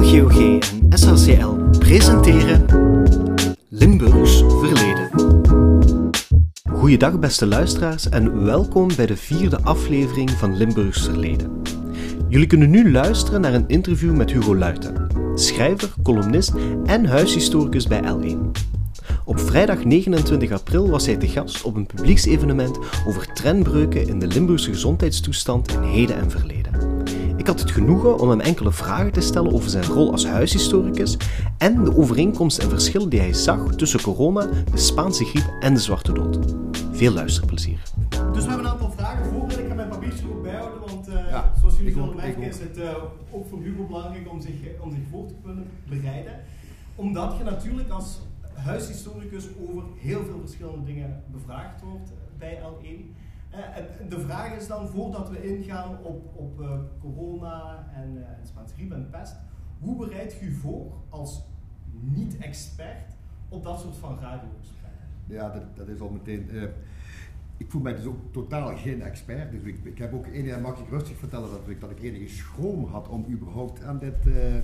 GOG en SHCL presenteren Limburgs Verleden. Goeiedag beste luisteraars en welkom bij de 4e aflevering van Limburgs Verleden. Jullie kunnen nu luisteren naar een interview met Hugo Luiten, schrijver, columnist en huishistoricus bij L1. Op vrijdag 29 april was hij te gast op een publieksevenement over trendbreuken in de Limburgse gezondheidstoestand in heden en verleden. Ik had het genoegen om hem enkele vragen te stellen over zijn rol als huishistoricus en de overeenkomsten en verschillen die hij zag tussen corona, de Spaanse griep en de Zwarte Dood. Veel luisterplezier. Dus we hebben een aantal vragen voorbereid. Ik ga mijn papiertje ook bijhouden, want zoals jullie zullen merken is het ook voor Hugo belangrijk om zich voor te kunnen bereiden. Omdat je natuurlijk als huishistoricus over heel veel verschillende dingen bevraagd wordt bij L1. De vraag is dan, voordat we ingaan op corona en Spaanse griep en pest, hoe bereid je voor als niet-expert op dat soort van radiogesprekken? Ja, dat is al meteen. Ik voel mij dus ook totaal geen expert. Dus ik heb ook mag ik rustig vertellen dat ik enige schroom had om überhaupt aan dit.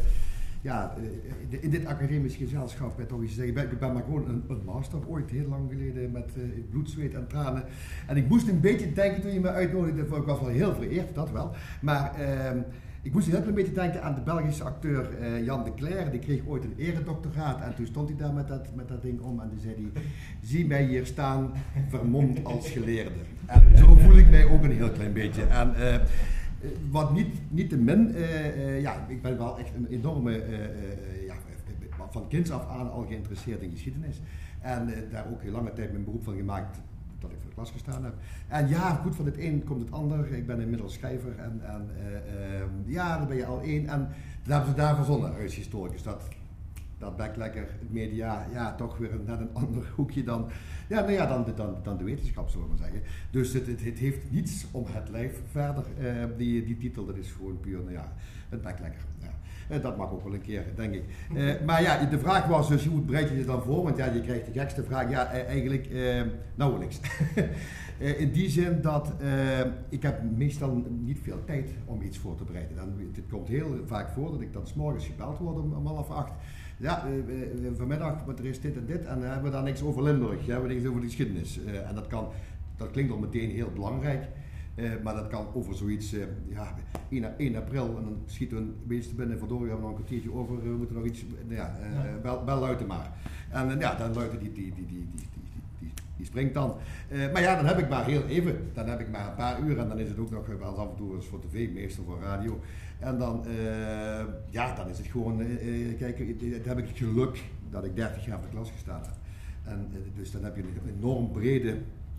In dit academisch gezelschap, toch eens zeggen, ik ben maar gewoon een master ooit, heel lang geleden, met bloed, zweet en tranen. En ik moest een beetje denken toen je me uitnodigde, ik was wel heel vereerd, dat wel. Maar ik moest een beetje denken aan de Belgische acteur Jan de Cler, die kreeg ooit een eredoctoraat en toen stond hij daar met dat ding om en toen zei hij, zie mij hier staan, vermomd als geleerde. En zo voel ik mij ook een heel klein beetje. En, wat niet te min, ik ben wel echt een enorme, van kinds af aan al geïnteresseerd in geschiedenis. En daar ook heel lange tijd mijn beroep van gemaakt, dat ik voor de klas gestaan heb. En ja, goed, van het een komt het ander. Ik ben inmiddels schrijver en dan ben je al één. En dat hebben ze daar verzonnen, huishistoricus. Dat blijkt lekker, het media, toch weer net een ander hoekje dan de wetenschap, zullen we maar zeggen. Dus het heeft niets om het lijf verder. Die titel, dat is gewoon puur, het blijkt lekker. Ja. Dat mag ook wel een keer, denk ik. Maar ja, de vraag was dus, hoe bereid je je dan voor? Want ja, je krijgt de gekste vraag, eigenlijk nauwelijks. In die zin dat ik heb meestal niet veel tijd om iets voor te bereiden. Het komt heel vaak voor dat ik dan 's morgens gebeld word om 7:30. Ja, vanmiddag, want er is dit en dit en dan hebben we daar niks over Limburg, hebben we niks over de geschiedenis. En dat klinkt al meteen heel belangrijk, maar dat kan over zoiets, 1 april en dan schieten we een beetje binnen, verdorie, we hebben nog een kwartiertje over, we moeten nog iets, bel Luiten maar. En dan Luiten die springt dan. Maar ja, dan heb ik maar heel even, dan heb ik maar een paar uur en dan is het ook nog wel af en toe eens voor tv, meestal voor radio. En dan is het gewoon, kijk, dan heb ik het geluk dat ik 30 jaar voor de klas gestaan heb. En dus dan heb je een enorm brede,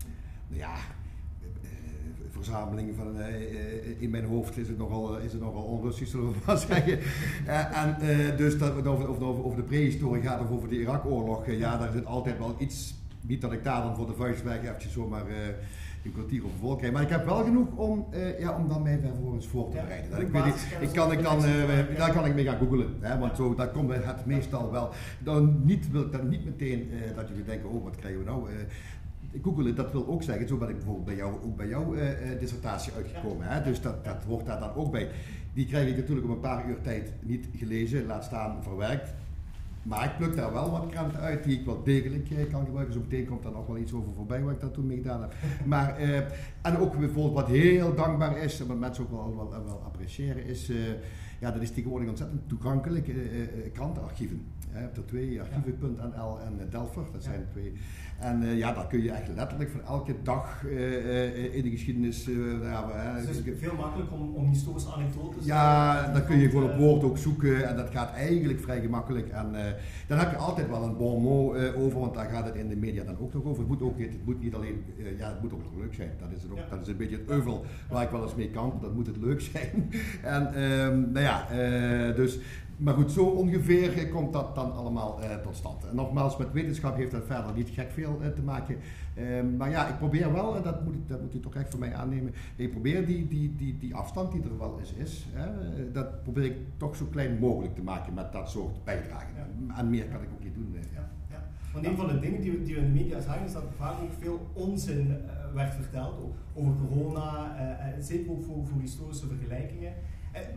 verzameling van, in mijn hoofd is het nogal onrustig, zullen we maar zeggen. Dus dat over de prehistorie gaat of over de Irak-oorlog, daar zit altijd wel iets, niet dat ik daar dan voor de vuist weg eventjes zomaar een kwartier over vol krijg, maar ik heb wel genoeg om dan mij vervolgens voor te bereiden. Daar kan ik mee gaan googlen, want zo, daar komt het meestal wel. Dan niet meteen dat jullie denken, oh wat krijgen we nou? Googelen, dat wil ook zeggen, zo ben ik bijvoorbeeld bij jouw dissertatie uitgekomen. Hè? Dus dat hoort daar dan ook bij. Die krijg ik natuurlijk op een paar uur tijd niet gelezen, laat staan verwerkt. Maar ik pluk daar wel wat kranten uit die ik wel degelijk kan gebruiken. Zo meteen komt daar nog wel iets over voorbij wat ik daar toen mee gedaan heb. Maar, en ook bijvoorbeeld wat heel dankbaar is, en wat mensen ook wel appreciëren, is dat is tegenwoordig ontzettend toegankelijk, krantenarchieven. Je hebt er 2, archieven.nl en Delver, dat zijn 2. En daar kun je echt letterlijk van elke dag in de geschiedenis... Dus het is veel makkelijk om historische anekdotes... Ja, dan kun je gewoon op woord ook zoeken en dat gaat eigenlijk vrij gemakkelijk. En dan heb je altijd wel een bon mot over, want daar gaat het in de media dan ook nog over. Het moet niet alleen, het moet ook nog leuk zijn. Dat is het ook. Dat is een beetje het euvel waar ik wel eens mee kan, dat moet het leuk zijn. En dus... Maar goed, zo ongeveer komt dat dan allemaal tot stand. En nogmaals, met wetenschap heeft dat verder niet gek veel te maken. Maar ja, ik probeer wel, en dat moet u toch echt van mij aannemen, ik probeer die afstand die er wel is, dat probeer ik toch zo klein mogelijk te maken met dat soort bijdragen. Ja. En meer kan ik ook niet doen. Want een van de dingen die we in de media zagen is dat vaak ook veel onzin werd verteld over corona, zeker ook voor historische vergelijkingen.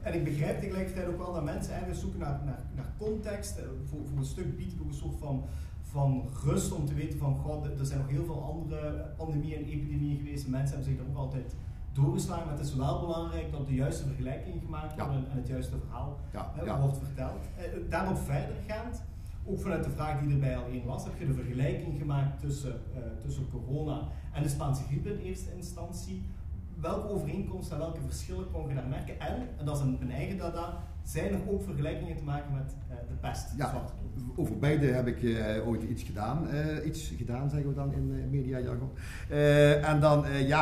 En ik begrijp tegelijkertijd ook wel dat mensen ergens zoeken naar context. Voor een stuk biedt het ook een soort van rust om te weten van, god, er zijn nog heel veel andere pandemieën en epidemieën geweest. Mensen hebben zich er ook altijd doorgeslagen, maar het is wel belangrijk dat de juiste vergelijkingen gemaakt worden en het juiste verhaal wordt verteld. Daarop verder gaand, ook vanuit de vraag die er bij al één was, heb je de vergelijking gemaakt tussen corona en de Spaanse griep in eerste instantie. Welke overeenkomsten en welke verschillen kon je daar merken? En dat is een eigen data, zijn er ook vergelijkingen te maken met de pest? Ja, over beide heb ik ooit iets gedaan, zeggen we dan in mediajargon. En dan,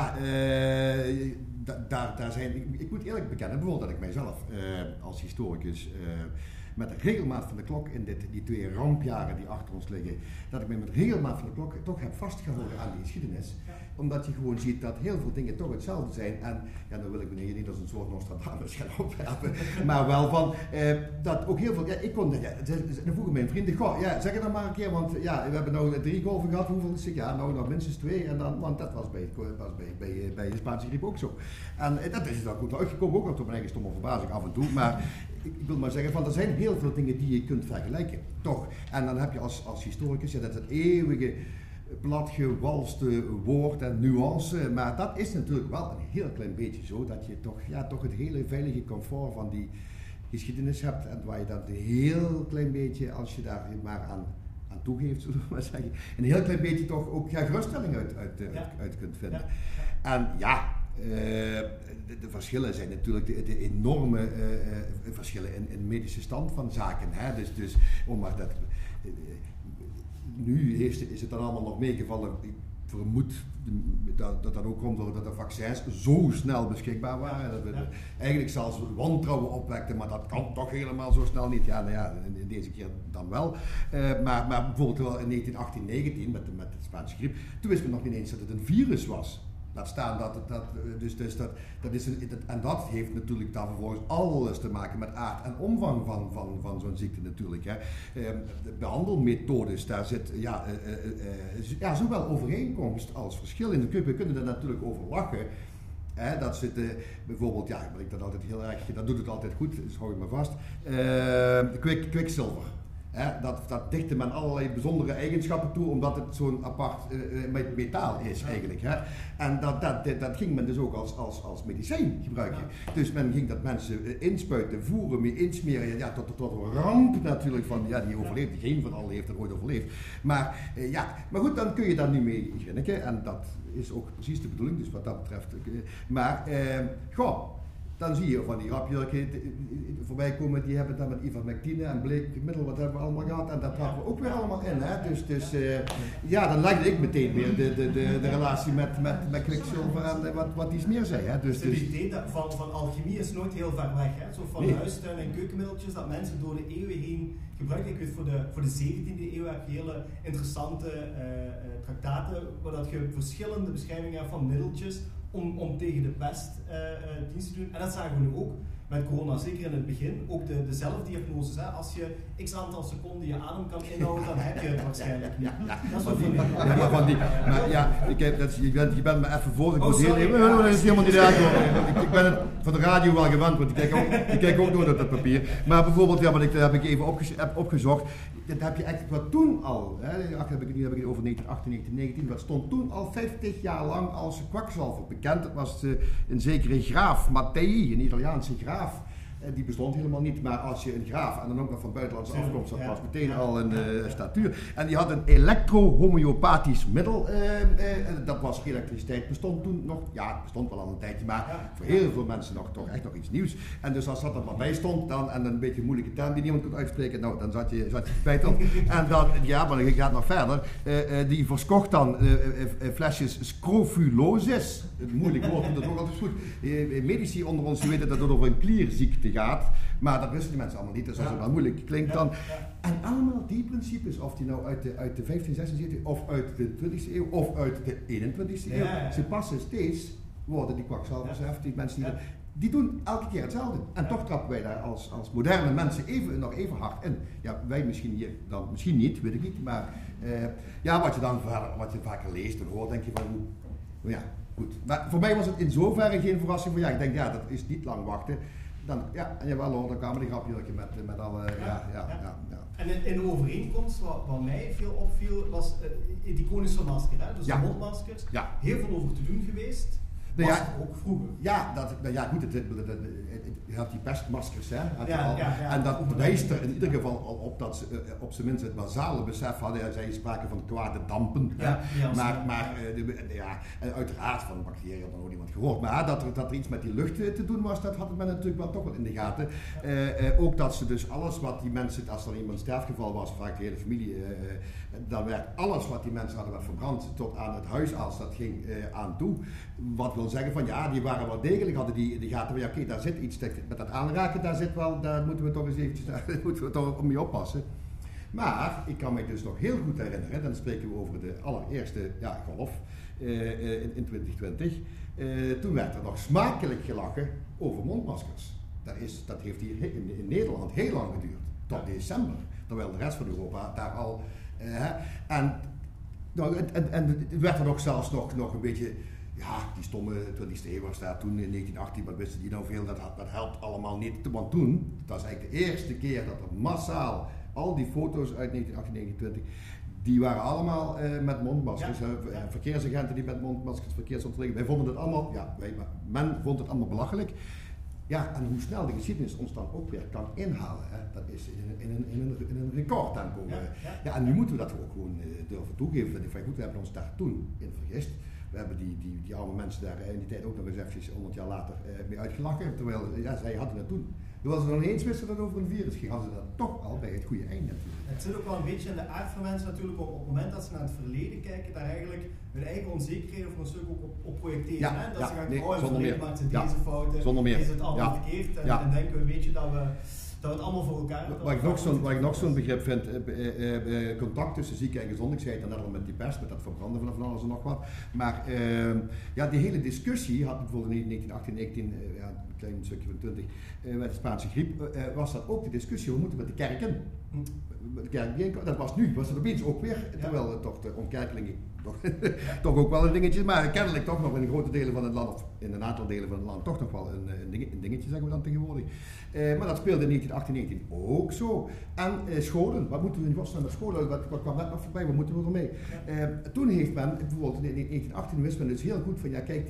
daar zijn, ik moet eerlijk bekennen, bijvoorbeeld dat ik mijzelf als historicus met regelmaat van de klok in die 2 rampjaren die achter ons liggen, dat ik me met regelmaat van de klok toch heb vastgehouden aan die geschiedenis. Omdat je gewoon ziet dat heel veel dingen toch hetzelfde zijn. En ja, dan wil ik meneer niet als een soort Nostradamus gaan opwerpen, maar wel van dat ook heel veel. Ja, ik kon dan vroegen mijn vrienden, goh, ja, zeg het dan maar een keer, want ja, we hebben nou 3 golven gehad. Hoeveel is het? Ja, nou nog minstens 2. En dan, want dat was bij de Spaanse griep ook zo. En dat is dan goed uitgekomen, ook nog tot mijn eigen stomme verbazing af en toe. Maar ik wil maar zeggen, van er zijn heel veel dingen die je kunt vergelijken, toch? En dan heb je als historicus, ja, dat is het eeuwige platgewalste woord en nuance, maar dat is natuurlijk wel een heel klein beetje zo, dat je toch het hele veilige comfort van die geschiedenis hebt en waar je dat een heel klein beetje, als je daar maar aan toegeeft, zullen we maar zeggen, een heel klein beetje toch ook geruststelling uit kunt vinden. En ja, de verschillen zijn natuurlijk de enorme verschillen in medische stand van zaken. Hè? Dus maar dat, nu is het dan allemaal nog meegevallen. Ik vermoed dat dat ook komt doordat de vaccins zo snel beschikbaar waren. Dat we eigenlijk zelfs wantrouwen opwekten, maar dat kan toch helemaal zo snel niet. Ja, nou ja, in deze keer dan wel. Maar bijvoorbeeld wel in 1918-19 met de Spaanse griep, toen wisten we nog niet eens dat het een virus was. Laat staan dat is en dat heeft natuurlijk dan vervolgens alles te maken met aard en omvang van zo'n ziekte natuurlijk. Hè. De behandelmethodes, daar zit zowel overeenkomst als verschil in. We kunnen er natuurlijk over lachen. Dat zit bijvoorbeeld, ja, ik dat altijd heel erg, dat doet het altijd goed, dus hou je maar vast. Kwikzilver. Dat dichtte men allerlei bijzondere eigenschappen toe, omdat het zo'n apart metaal is eigenlijk. Hè. En dat ging men dus ook als medicijn gebruiken. Dus men ging dat mensen inspuiten, voeren, mee insmeren, ja, tot een ramp natuurlijk van, ja, die overleeft, geen van allen heeft er ooit overleefd. Maar goed, dan kun je daar nu mee grinniken en dat is ook precies de bedoeling, dus wat dat betreft. Dan zie je van die rapjurken voorbij komen, die hebben dan met ivermectine en bleekmiddel, wat hebben we allemaal gehad, en dat trappen we ook weer allemaal in. Hè? Dus dan legde ik meteen weer de relatie met kwikzilver en wat iets meer zei. Hè? Dus het idee van alchemie is nooit heel ver weg. Hè? Zo van huistuin- en keukenmiddeltjes dat mensen door de eeuwen heen gebruiken. Ik weet, voor de 17e eeuw heb je hele interessante traktaten, waar dat je verschillende beschrijvingen hebt van middeltjes om tegen de pest dienst te doen. En dat zagen we nu ook met corona, zeker in het begin. Ook de zelfdiagnoses. Hè. Als je x aantal seconden je adem kan inhouden, dan heb je het waarschijnlijk niet. Dat is je bent me even voor. Dat is helemaal niet raar. Ik ben het van de radio wel gewend, want ik kijk ook door dat papier. Maar bijvoorbeeld, ja, wat ik heb ik even opgezocht. Dat heb je eigenlijk wat toen al, nu heb ik het over 1918, 1919, dat stond toen al 50 jaar lang als kwakzalver bekend. Dat was een zekere graaf, Mattei, een Italiaanse graaf. Die bestond helemaal niet, maar als je een graaf en dan ook nog van buitenlandse afkomst, dat was meteen al een statuur. En die had een elektro-homeopathisch middel, dat was elektriciteit, bestond toen nog, ja, het bestond wel al een tijdje, maar voor heel veel mensen toch echt nog iets nieuws. En dus als dat er maar bij stond dan, en een beetje een moeilijke term die niemand kon uitspreken, nou dan zat je gebeiteld. En dan, ja, maar je gaat nog verder, die verkocht dan flesjes scrofulosis, een moeilijk woord, dat is ook altijd goed. Medici onder ons weten dat het over een klierziekte gaat, maar dat wisten die mensen allemaal niet, dus als het wel moeilijk klinkt dan. En allemaal die principes, of die nou uit de 15e, 16e eeuw, of uit de 20e eeuw, of uit de 21e eeuw, ze passen steeds, worden die kwakzalvers, die mensen die doen elke keer hetzelfde. En toch trappen wij daar als moderne mensen nog even hard in. Ja, wij misschien hier dan, misschien niet, weet ik niet, maar wat je vaker leest en hoort, denk je van, ja, goed. Maar voor mij was het in zoverre geen verrassing van, ja, ik denk, ja, dat is niet lang wachten. en jawel hoor, dan kwamen die grapjes met alle, En in de overeenkomst, wat mij veel opviel, was het iconische masker, hè? Dus de mondmaskers, heel veel over te doen geweest. Was ook vroeger. Goed, je had die pestmaskers, hè. En dat wijst er in ieder geval al op dat ze op zijn minst het basale besef hadden. Zij spraken van kwade dampen. En uiteraard van bacteriën had er nog niemand gehoord. Maar dat er iets met die lucht te doen was, dat had men natuurlijk wel toch wel in de gaten. Ook dat ze dus alles wat die mensen, als er iemand sterfgeval was, vaak de hele familie, dan werd alles wat die mensen hadden werd verbrand tot aan het huisarts, dat ging aan toe. Wat wil zeggen van die waren wel degelijk, hadden die in de gaten van daar zit iets met dat aanraken, daar moeten we toch eens eventjes mee oppassen. Maar ik kan me dus nog heel goed herinneren, dan spreken we over de allereerste golf in 2020. Toen werd er nog smakelijk gelachen over mondmaskers. Dat heeft hier in Nederland heel lang geduurd, tot december, terwijl de rest van Europa daar al... En het werd er nog zelfs nog een beetje... die stomme 20e eeuw was daar toen in 1918, wat wisten die nou veel, dat helpt allemaal niet. Want toen, dat was eigenlijk de eerste keer dat er massaal, al die foto's uit 1918, 1920, die waren allemaal met mondmaskers. Verkeersagenten die met mondmaskers verkeersontwikkeling. Wij vonden het allemaal, men vond het allemaal belachelijk. Ja, en hoe snel de geschiedenis ons dan ook weer kan inhalen, hè, dat is in een recordtempo. En nu moeten we dat ook gewoon durven toegeven. We hebben ons daar toen in vergist. We hebben die arme mensen daar in die tijd ook nog eens eventjes 100 jaar later mee uitgelachen. Terwijl zij hadden het toen. Terwijl ze nog niet eens wisten dat het over een virus ging, hadden ze dat toch al bij het goede einde natuurlijk. Het zit ook wel een beetje in de aard van mensen natuurlijk op het moment dat ze naar het verleden kijken, daar eigenlijk hun eigen onzekerheden voor een stuk ook op projecteren. Dat ze gaan in het verleden maakt ze deze fouten, is het allemaal verkeerd en denken we weet je dat we het allemaal voor elkaar hebben. Wat ik nog zo'n begrip vind, contact tussen zieke en gezond, ik zei het net al met die pers, met dat verbranden van alles en nog wat. Maar die hele discussie had bijvoorbeeld in 1918, een klein stukje van 20, met de Spaanse griep, was dat ook de discussie, hoe moeten we met de kerken? Dat was het opeens ook weer, terwijl toch de ontkerkeling toch ook wel een dingetje, maar kennelijk toch nog in grote delen van het land, of in een aantal delen van het land, toch nog wel een dingetje, zeggen we dan tegenwoordig. Maar dat speelde in 1918, 19 ook zo. En scholen, wat moeten we in godsnaam met scholen, wat kwam net nog voorbij, wat moeten we ermee? Toen heeft men, bijvoorbeeld in 1918 wist men dus heel goed van, kijk,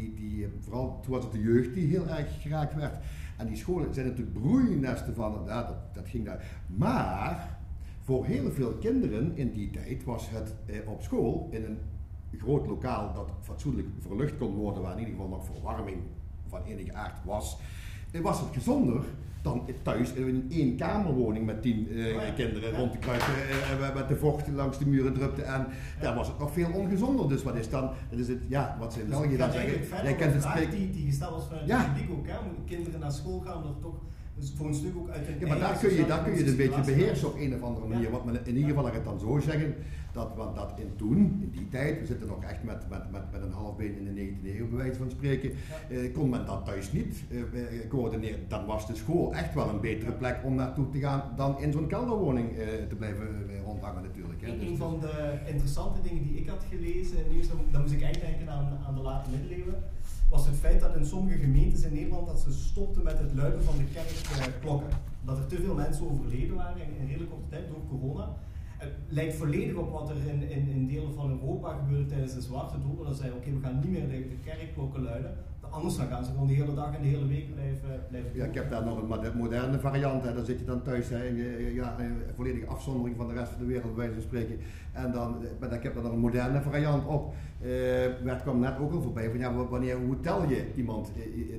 vooral toen was het de jeugd die heel erg geraakt werd. En die scholen zijn natuurlijk broeinesten van, dat ging daar. Maar voor heel veel kinderen in die tijd was het op school in een groot lokaal dat fatsoenlijk verlucht kon worden, waar in ieder geval nog verwarming van enige aard was het gezonder dan thuis in een eenkamerwoning met 10 kinderen rond te kruipen, met de vocht langs de muren drupte en daar was het nog veel ongezonder. Dus wat is dan, dat is het, wat ze in België dan zeggen, jij kent het spreek... Die gesteld was vanuit het publiek ook, hè, kinderen naar school gaan, dat toch dus voor een stuk ook uit een maar daar kun je het een beetje beheersen op een of andere manier. Wat men in ieder geval, laat ik het dan zo zeggen, dat in die tijd, we zitten nog echt met een half been in de 19e eeuw, bij wijze van spreken, kon men dat thuis niet coördineren. Dan was de school echt wel een betere plek om naartoe te gaan dan in zo'n kelderwoning te blijven rondhangen natuurlijk. Een van de interessante dingen die ik had gelezen, dan moest ik eigenlijk denken aan de late middeleeuwen, was het feit dat in sommige gemeentes in Nederland dat ze stopten met het luiden van de kerkklokken. Dat er te veel mensen overleden waren in een redelijk korte tijd door corona. Het lijkt volledig op wat er in delen van Europa gebeurde tijdens de Zwarte Dood. Dat zeiden we gaan niet meer de kerkklokken luiden. Anders dan gaan ze gewoon de hele dag en de hele week blijven ik heb daar nog een moderne variant. Dan zit je dan thuis in volledige afzondering van de rest van de wereld, bij wijze van spreken. En maar ik heb daar nog een moderne variant op. Kwam net ook al voorbij van hoe tel je iemand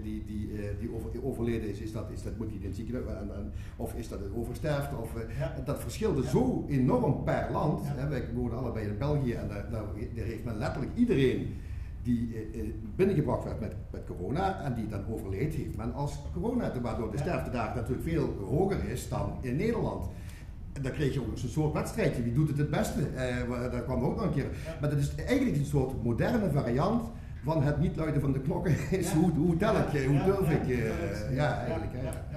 die overleden is? Moet hij in het ziekenhuis of is dat het oversterft? Dat verschilde zo enorm per land. Wij wonen allebei in België en daar heeft men letterlijk iedereen die binnengebracht werd met corona en die dan overleed, heeft men als corona, waardoor de sterfte daar natuurlijk veel hoger is dan in Nederland. En dan kreeg je ook zo'n soort wedstrijdje, wie doet het beste? Daar kwam ook nog een keer. Maar dat is eigenlijk een soort moderne variant van het niet luiden van de klokken. Hoe tel ik, hoe durf ik? Eigenlijk.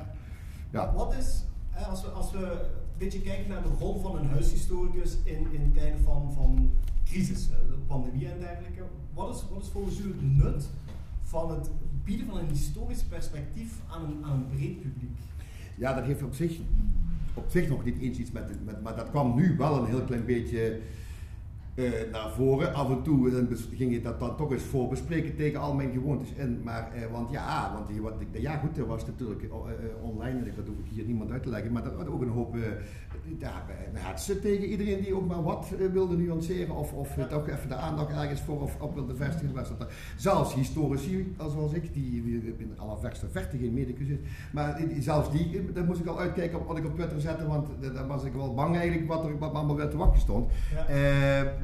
Wat is, als we een beetje kijken naar de rol van een huishistoricus in tijden van crisis, de pandemie en dergelijke, wat is volgens u het nut van het bieden van een historisch perspectief aan een breed publiek. Ja, dat heeft op zich nog niet eens iets maar dat kwam nu wel een heel klein beetje naar voren. Af en toe ging je dat dan toch eens voorbespreken tegen al mijn gewoontes in. Maar, goed, er was natuurlijk online, en dat hoef ik hier niemand uit te leggen, maar er was ook een hoop hetsen tegen iedereen die ook maar wat wilde nuanceren of toch even de aandacht ergens voor of op wilde vestigen. Zelfs historici, zoals ik, die in allerverste verte geen medicus is, maar zelfs daar moest ik al uitkijken op wat ik op Twitter zette, want daar was ik wel bang eigenlijk wat me allemaal weer te wachten stond. Ja.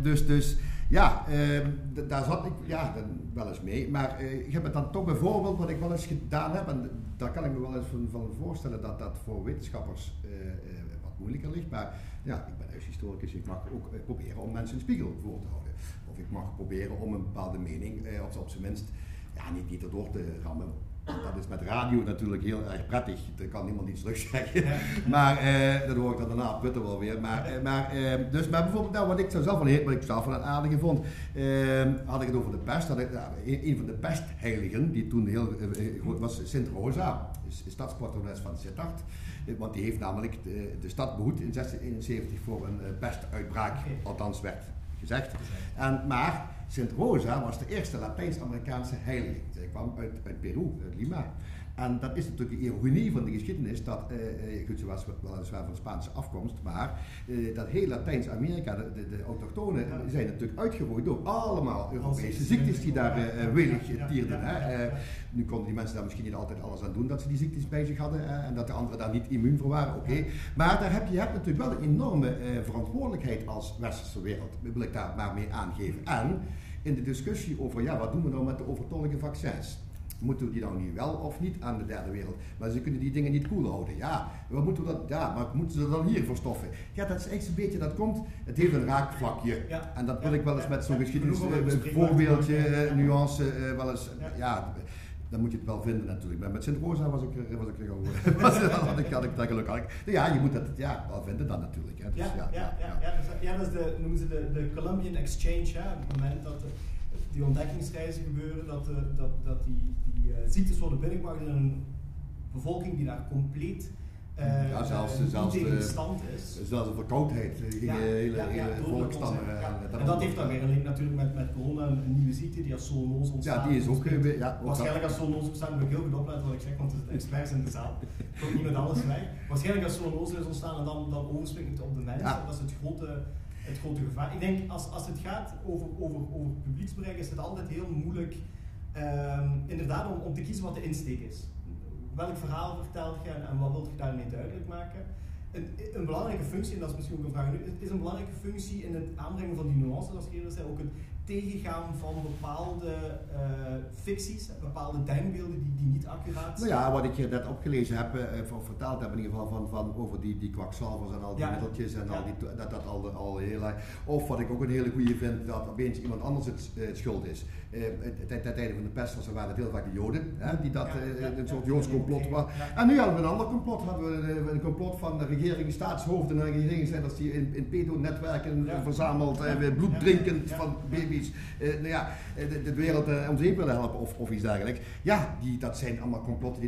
Daar zat ik wel eens mee. Maar ik heb het dan toch bijvoorbeeld, wat ik wel eens gedaan heb, en daar kan ik me wel eens van voorstellen dat dat voor wetenschappers wat moeilijker ligt. Maar ja, ik ben huishistoricus, ik mag ook proberen om mensen een spiegel voor te houden. Of ik mag proberen om een bepaalde mening, op zijn minst, niet erdoor te rammen. Dat is met radio natuurlijk heel erg prettig, daar kan niemand iets terugzeggen. Ja. Maar dat hoor ik dan daarna op Twitter wel weer. Maar bijvoorbeeld, wat ik zelf van het aardige vond, had ik het over de pest. Een van de pestheiligen, die toen heel groot was, Sint Rosa, stadspatrones van Sittard. Want die heeft namelijk de stad behoed in 1671 voor een pestuitbraak, althans werd gezegd. Maar Sint Rosa was de eerste Latijns-Amerikaanse heilige. Zij kwam uit Peru, uit Lima. En dat is natuurlijk de ironie van de geschiedenis, dat, goed, ze was weliswaar van Spaanse afkomst, maar dat heel Latijns-Amerika, de autochtonen, zijn natuurlijk uitgerooid door allemaal Europese ziektes die daar welig tierden. Nu konden die mensen daar misschien niet altijd alles aan doen dat ze die ziektes bij zich hadden en dat de anderen daar niet immuun voor waren, oké. Maar je hebt natuurlijk wel een enorme verantwoordelijkheid als westerse wereld, wil ik daar maar mee aangeven. En in de discussie over, wat doen we nou met de overtollige vaccins? Moeten we die dan nu wel of niet aan de derde wereld? Maar ze kunnen die dingen niet koel houden. Maar moeten ze dan hier verstoffen? Ja, dat is echt een beetje, het heeft een raakvlakje. Ja. En dat wil ik wel eens met zo'n geschiedenis, voorbeeldje, nuance, wel eens, dan moet je het wel vinden natuurlijk. Maar met Sint Rosa had ik dat geluk. Ja, je moet dat wel vinden dan natuurlijk. Hè. Dus, dat is noemen ze de Columbian Exchange, op het moment dat die ontdekkingsreizen gebeuren, dat die ziektes worden binnengebracht in een bevolking die daar compleet zelfs tegen stand is. Zelfs een verkoudheid, hele volkstammen. En dat heeft dan weer een link natuurlijk met corona, een nieuwe ziekte die als zoonose ontstaat. Ja, die is ook waarschijnlijk als zoonose ontstaat, moet ik heel goed opletten wat ik zeg, want de experts in de zaal. Ik kom niet met alles weg. Waarschijnlijk als zoonose is ontstaan en dan overspringt het op de mensen. Dat is het grote gevaar. Ik denk, als het gaat over publieksbereik, is het altijd heel moeilijk inderdaad om te kiezen wat de insteek is. Welk verhaal vertelt je en wat wilt je daarmee duidelijk maken? Een belangrijke functie, en dat is misschien ook een vraag nu, is een belangrijke functie in het aanbrengen van die nuances, zoals ik eerder zei, ook het tegengaan van bepaalde ficties, bepaalde denkbeelden die niet accuraat zijn. Nou ja, wat ik je net opgelezen heb, of verteld heb in ieder geval van over die kwakzalvers en al die middeltjes en al heel erg. Of wat ik ook een hele goede vind, dat opeens iemand anders het schuld is. Ten tijde van de pest waren het heel vaak de Joden, die dat een soort Joods complot was. En nu hadden we een ander complot, een complot van de regering, staatshoofden en regeringsleiders die in pedo-netwerken verzameld, bloeddrinkend van baby's, de wereld om zeep willen helpen of iets dergelijks. Ja, dat zijn allemaal complotten,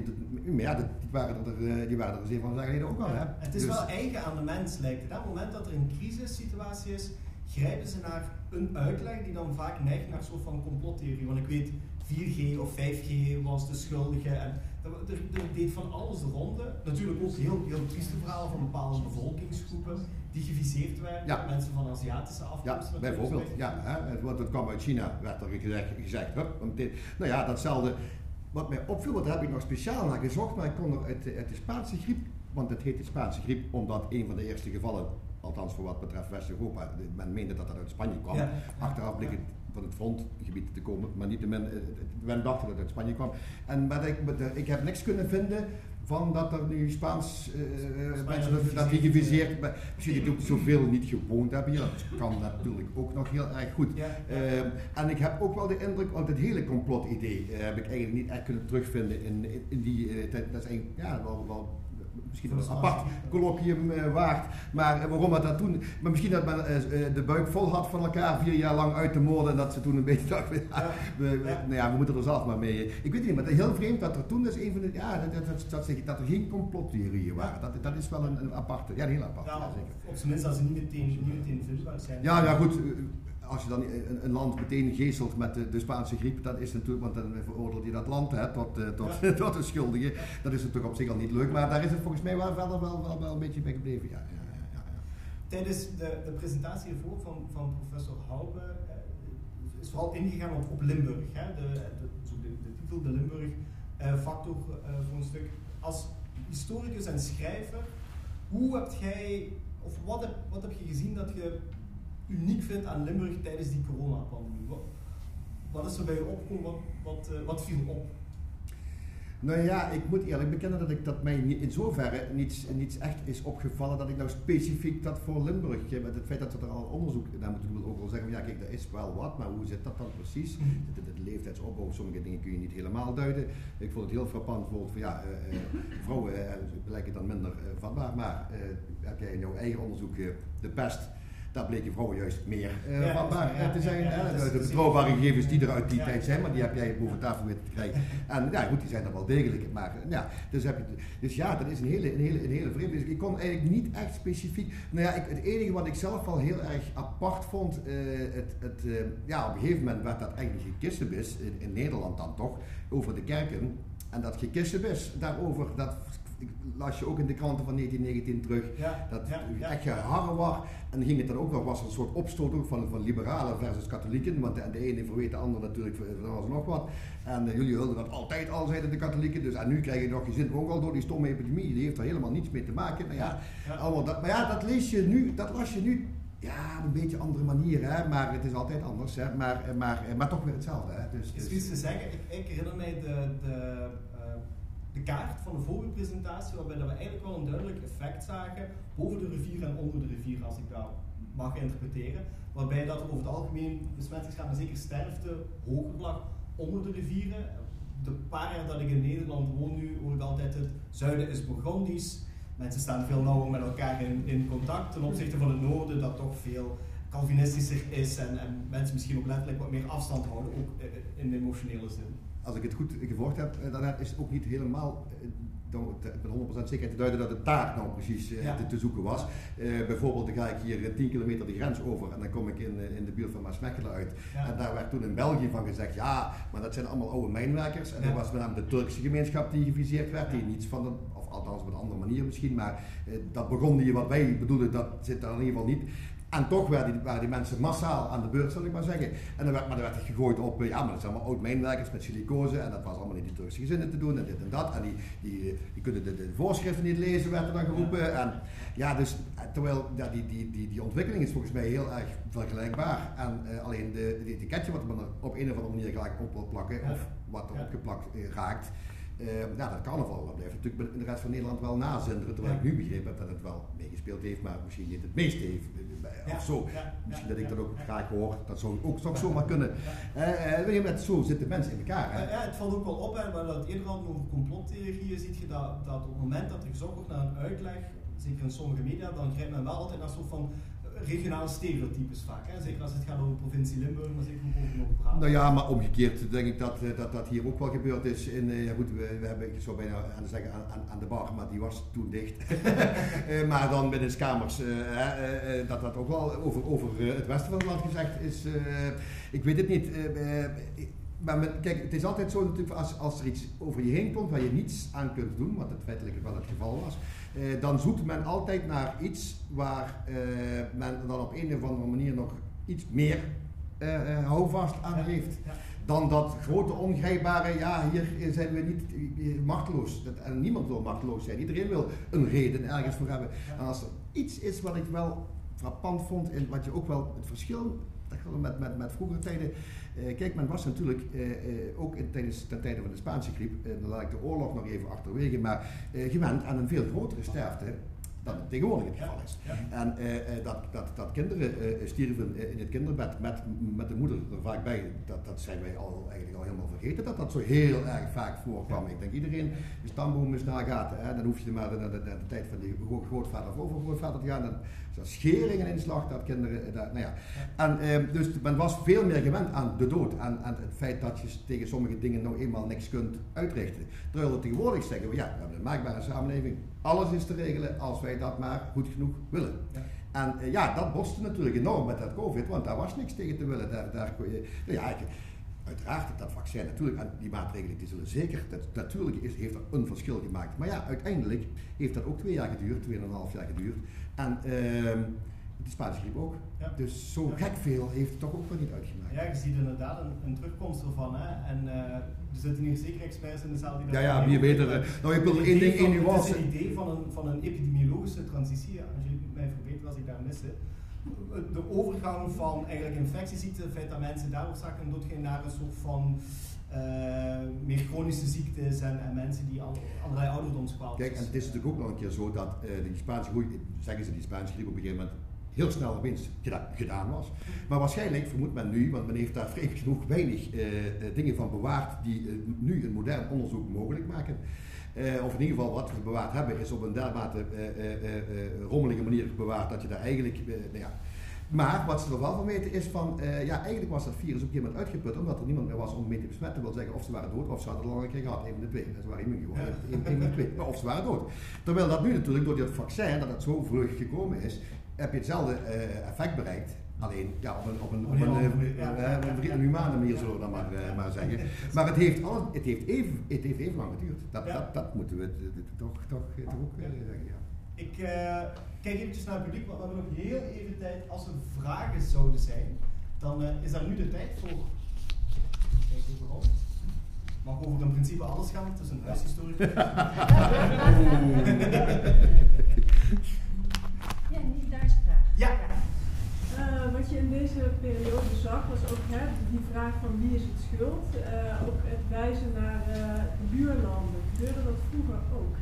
die waren er 7 jaar geleden ook al. Hè? Het is wel eigen aan de mens, lijkt het. Op het moment dat er een crisissituatie is, grijpen ze naar een uitleg die dan vaak neigt naar een soort van complottheorie. Want ik weet, 4G of 5G was de schuldige en er deed van alles de ronde. Natuurlijk ook heel trieste verhalen van bepaalde bevolkingsgroepen die geviseerd werden, mensen van Aziatische afkomst. Ja, bijvoorbeeld. Want het kwam uit China, werd er gezegd. Datzelfde. Wat mij opviel, wat heb ik nog speciaal naar gezocht, maar ik kon er uit de Spaanse griep, want het heet de Spaanse griep omdat een van de eerste gevallen, althans voor wat betreft West-Europa, men meende dat uit Spanje kwam. Achteraf bleek het van het frontgebied te komen, maar niettemin, men dacht dat het uit Spanje kwam. Maar ik heb niks kunnen vinden van dat er nu Spaans mensen dat die geviseerd, misschien die ook zoveel niet gewoond hebben hier, dat kan natuurlijk ook nog heel erg goed. En ik heb ook wel de indruk, want het hele complotidee heb ik eigenlijk niet echt kunnen terugvinden in die tijd. Dat is eigenlijk wel misschien een apart colloquium waard. Maar waarom we dat doen? Maar misschien dat men de buik vol had van elkaar 4 jaar lang uit te moorden en dat ze toen een beetje dachten, we moeten er zelf maar mee. Ik weet niet, maar het is heel vreemd dat er toen dus een van de, dat er geen complottheorieën waren. Dat is wel een aparte, een heel aparte. Ja, zeker. Op zijn minst dat ze niet meteen vindbaar zijn. Ja, goed. Als je dan een land meteen geestelt met de Spaanse griep, dat is natuurlijk, want dan veroordeelt je dat land tot de schuldigen. Dat is natuurlijk op zich al niet leuk, maar daar is het volgens mij wel verder wel een beetje bij gebleven. Ja. Tijdens de presentatie ervoor van professor Haube is vooral ingegaan op Limburg. Hè? De titel, de Limburg-factor voor een stuk. Als historicus en schrijver, hoe heb jij, of wat heb je gezien dat je uniek vindt aan Limburg tijdens die coronapandemie? Wat is er bij je opgekomen? Wat viel op? Nou ja, ik moet eerlijk bekennen dat mij in zoverre niets echt is opgevallen dat ik nou specifiek dat voor Limburg, met het feit dat we er al onderzoek naar moeten doen, ook wel zeggen, ja kijk, dat is wel wat, maar hoe zit dat dan precies? De leeftijdsopbouw, sommige dingen kun je niet helemaal duiden. Ik vond het heel frappant, bijvoorbeeld van vrouwen blijken dan minder vatbaar, maar heb jij in jouw eigen onderzoek de pest, daar bleken vrouwen juist meer vatbaar te zijn. De betrouwbare gegevens die er uit die tijd zijn, maar die heb jij boven tafel weten te krijgen. En ja, goed, die zijn er wel degelijk. Maar dus dat is een hele vreemde. Dus ik kon eigenlijk niet echt specifiek. Nou ja, het enige wat ik zelf wel heel erg apart vond, op een gegeven moment werd dat eigenlijk gekissenbis, in Nederland dan toch, over de kerken. En dat gekissenbis daarover, dat las je ook in de kranten van 1919 terug, echt geharrewar. En dan ging het dan ook nog, was er een soort opstoot ook van liberalen versus katholieken, want de ene verweet de ander natuurlijk van alles nog wat. En jullie wilden dat altijd al, zeiden de katholieken, dus en nu krijg je nog je zin ook al door die stomme epidemie, die heeft er helemaal niets mee te maken. Allemaal dat, maar dat las je nu, ja, een beetje andere manier, hè? Maar het is altijd anders, hè? Maar toch weer hetzelfde. Hè? Is iets te zeggen, ik herinner mij de kaart van de vorige presentatie, waarbij we eigenlijk wel een duidelijk effect zagen boven de rivier en onder de rivier, als ik dat mag interpreteren. Waarbij dat over het algemeen besmettingsgraad en zeker sterfte hoger lag onder de rivieren. De paar jaar dat ik in Nederland woon nu, hoor ik altijd het zuiden is Bourgondisch. Mensen staan veel nauwer met elkaar in contact ten opzichte van het noorden, dat toch veel Calvinistischer is en mensen misschien ook letterlijk wat meer afstand houden, ook in de emotionele zin. Als ik het goed gevolgd heb, dan is het ook niet helemaal met 100% zekerheid te duiden dat het daar nou precies te zoeken was. Bijvoorbeeld dan ga ik hier 10 kilometer de grens over en dan kom ik in de buurt van Maasmechelen uit. Ja. En daar werd toen in België van gezegd, ja, maar dat zijn allemaal oude mijnwerkers. En dat was met name de Turkse gemeenschap die geviseerd werd, die niets van, of althans op een andere manier misschien, maar dat begon wat wij bedoelen, dat zit daar in ieder geval niet. En toch waren die mensen massaal aan de beurt, zal ik maar zeggen. En dan werd het gegooid op, maar dat zijn allemaal oud-mijnwerkers met silicose en dat was allemaal in die Turkse gezinnen te doen en dit en dat. En die kunnen de voorschriften niet lezen, werd er dan geroepen. En ja, dus terwijl die ontwikkeling is volgens mij heel erg vergelijkbaar. En alleen de etiketje wat men er op een of andere manier graag op wil plakken, of wat er opgeplakt raakt. Dat carnaval, dat blijft natuurlijk in de rest van Nederland wel nazinderen, terwijl ik nu begrepen heb dat het wel meegespeeld heeft, maar misschien niet het meeste heeft. Of zo. Misschien dat ik dat ook graag hoor, dat zou ook zomaar kunnen. Zo zitten mensen in elkaar. Hè? Het valt ook wel op, hè, waar we het eerder hadden over complottheorieën, ziet je dat op het moment dat er gezocht wordt naar een uitleg, zeker in sommige media, dan grijpt men wel altijd naar een soort van regionale stereotypes vaak, hè? Zeker als het gaat over de provincie Limburg, maar zeker over Brabant. Nou ja, maar omgekeerd denk ik dat hier ook wel gebeurd is. We hebben, ik zou bijna aan zeggen, aan de bar, maar die was toen dicht. Maar dan binnen kamers, dat ook wel over het westen van het land gezegd is. Ik weet het niet. Maar kijk, het is altijd zo natuurlijk, als er iets over je heen komt waar je niets aan kunt doen, wat het feitelijk wel het geval was, dan zoekt men altijd naar iets waar men dan op een of andere manier nog iets meer houvast aan heeft. Dan dat grote ongrijpbare, hier zijn we niet machteloos. En niemand wil machteloos zijn. Iedereen wil een reden ergens voor hebben. En als er iets is wat ik wel frappant vond, en wat je ook wel het verschil met vroegere tijden. Kijk, men was natuurlijk ook ten tijde van de Spaanse griep, dan laat ik de oorlog nog even achterwege, maar gewend aan een veel grotere sterfte dan het tegenwoordig het geval is. En dat kinderen stierven in het kinderbed met de moeder er vaak bij, dat zijn wij eigenlijk al helemaal vergeten, dat zo heel erg vaak voorkwam. Ik denk iedereen de stamboom eens nagaat, dan hoef je maar naar de tijd van die grootvader of overgrootvader te gaan. Dat scheringen in de slag, dat kinderen, En dus men was veel meer gewend aan de dood, aan het feit dat je tegen sommige dingen nou eenmaal niks kunt uitrichten. Terwijl we tegenwoordig zeggen, we hebben een maakbare samenleving, alles is te regelen als wij dat maar goed genoeg willen. En dat botste natuurlijk enorm met dat COVID, want daar was niks tegen te willen. Uiteraard, dat vaccin natuurlijk, en die maatregelen die zullen zeker, natuurlijk heeft dat een verschil gemaakt. Maar uiteindelijk heeft dat ook 2 jaar geduurd, 2,5 jaar geduurd. En de Spaanse griep ook. Ja. Dus zo gek veel heeft het toch ook wel niet uitgemaakt. Ja, je ziet inderdaad een terugkomst ervan. Hè? En er zitten hier zeker experts in de zaal die dat... Ja, wie weet er... Nou, ik wil er één ding nuance... Het is een idee van een epidemiologische transitie, als je mij verbetert als ik daar miste. De overgang van eigenlijk infectieziekten, het feit dat mensen daar oorzakelijk doodgaan, naar een soort van meer chronische ziektes en mensen die allerlei ouderdomskwaaltjes. Kijk, en het is natuurlijk ook nog een keer zo dat die Spaanse griep, zeggen ze, die Spaanse griep op een gegeven moment heel snel opeens gedaan was. Maar waarschijnlijk vermoedt men nu, want men heeft daar vreemd genoeg weinig dingen van bewaard die nu een modern onderzoek mogelijk maken. Of in ieder geval wat we bewaard hebben is op een dermate rommelige manier bewaard dat je daar eigenlijk... Maar wat ze er wel van weten is van, eigenlijk was dat virus op een gegeven moment uitgeput omdat er niemand meer was om mee te besmetten. Dat wil zeggen of ze waren dood of ze hadden het al een keer gehad, een van de twee. Ze waren immuun geworden, een van de twee. Maar of ze waren dood. Terwijl dat nu natuurlijk door dat vaccin, dat het zo vlug gekomen is, heb je hetzelfde effect bereikt. Alleen op een humane manier zullen we dan maar zeggen. Maar het heeft even lang geduurd. Dat moeten we toch ook zeggen. Ja. Ik kijk eventjes naar het publiek, want we hebben nog heel even tijd. Als er vragen zouden zijn, dan is daar nu de tijd voor. Kijk even rond. Mag over in principe alles gaan, het is een huishistoricus. Ja, niet Duitse vraag. Ja. Wat je in deze periode zag was ook die vraag van wie is het schuld, ook het wijzen naar de buurlanden. Gebeurde dat vroeger ook?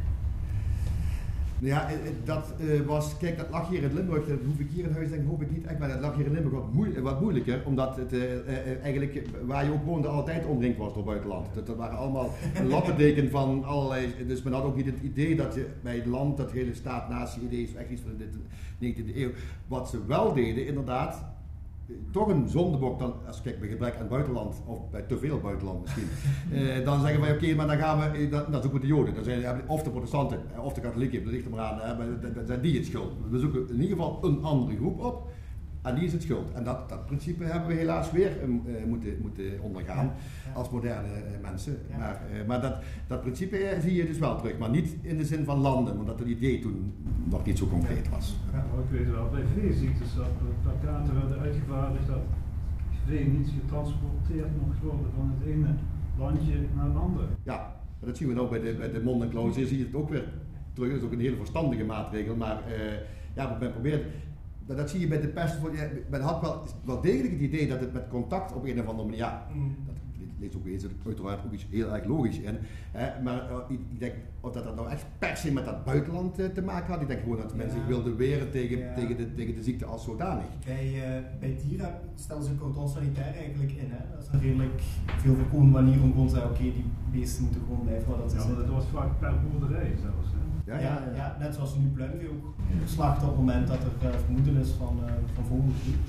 Ja, dat kijk, dat lag hier in Limburg, dat hoef ik hier in huis, hoop ik niet echt, maar dat lag hier in Limburg wat moeilijker, omdat het eigenlijk, waar je ook woonde, altijd omringd was door buitenland. Dat waren allemaal lappendeken van allerlei, dus men had ook niet het idee dat je bij het land, dat hele staat-natie-idee is echt iets van de 19e eeuw. Wat ze wel deden, inderdaad, toch een zondebok dan, als je kijkt bij gebrek aan buitenland, of bij te veel buitenland misschien, dan zeggen wij oké, maar dan gaan we, dan zoeken we de Joden, dan zijn of de protestanten, of de katholieken, dat ligt er maar aan, dan zijn die het schuld. We zoeken in ieder geval een andere groep op, en die is het schuld. En dat principe hebben we helaas weer moeten ondergaan als moderne mensen. Ja. Maar dat principe zie je dus wel terug, maar niet in de zin van landen, omdat het idee toen nog niet zo concreet was. Ja, maar ik weet wel, bij veeziektes dat plakkaten werden uitgevaardigd dat vee niet getransporteerd mocht worden van het ene landje naar het andere. Ja, dat zien we nou bij de mond- en klauwzeer, zie je het ook weer terug. Dat is ook een hele verstandige maatregel, maar men probeert... Dat zie je bij de pest. Men had wel degelijk het idee dat het met contact op een of andere manier, dat leest ook eens uiteraard ook iets heel erg logisch in. Maar ik denk of dat nou echt per se met dat buitenland te maken had. Ik denk gewoon dat mensen zich wilden weren tegen de ziekte als zodanig. Bij dieren stellen ze cordon sanitair eigenlijk in. Hè? Dat is een redelijk veel voorkomende manier om gewoon te zeggen, oké, die beesten moeten gewoon blijven waar dat ze zitten. Dat was vaak per boerderij zelfs. Ja, net zoals nu pluimvee ook slacht op het moment dat er vermoeden is van vogelgriep.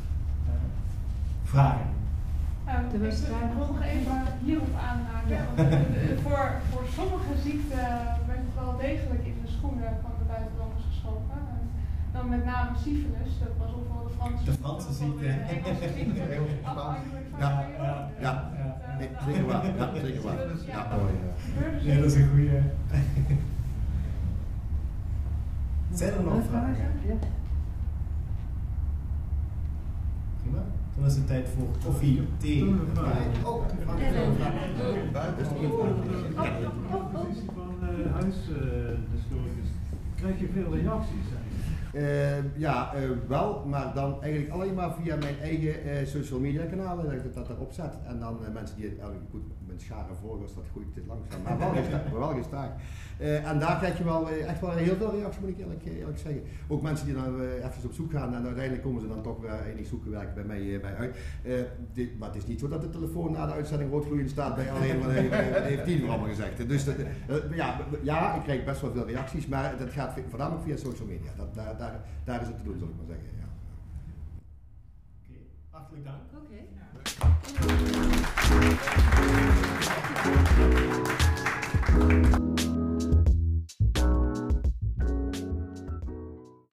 Vragen? Ik wil nog even hierop aanhaken. Voor sommige ziekten werd het wel degelijk in de schoenen van de buitenlanders geschoven. En dan met name syphilis, dat was overal de Franse ziekte. De Engelse ziekte, afhankelijk van zeker waar. Zeker waar. Ja, dat is een goeie. Zijn er nog vragen? Ja. Prima. Dan is het tijd voor koffie, thee. De positie van huishistoricus. Krijg je veel reacties eigenlijk? Wel, maar dan eigenlijk alleen maar via mijn eigen social media kanalen dat ik dat erop zet. En dan mensen die, goed, met scharen volgers, dat groeit langzaam, maar wel gestaag. En daar krijg je wel echt wel heel veel reacties, moet ik eerlijk zeggen. Ook mensen die dan even op zoek gaan en uiteindelijk komen ze dan toch weer enig zoekwerk bij mij uit. Maar het is niet zo dat de telefoon na de uitzending roodgloeiend staat bij alleen wat heeft die allemaal gezegd. Dus ik krijg best wel veel reacties, maar dat gaat voornamelijk via social media. Daar is het te doen, zal ik maar zeggen. Ja. Oké, hartelijk dank. Oké.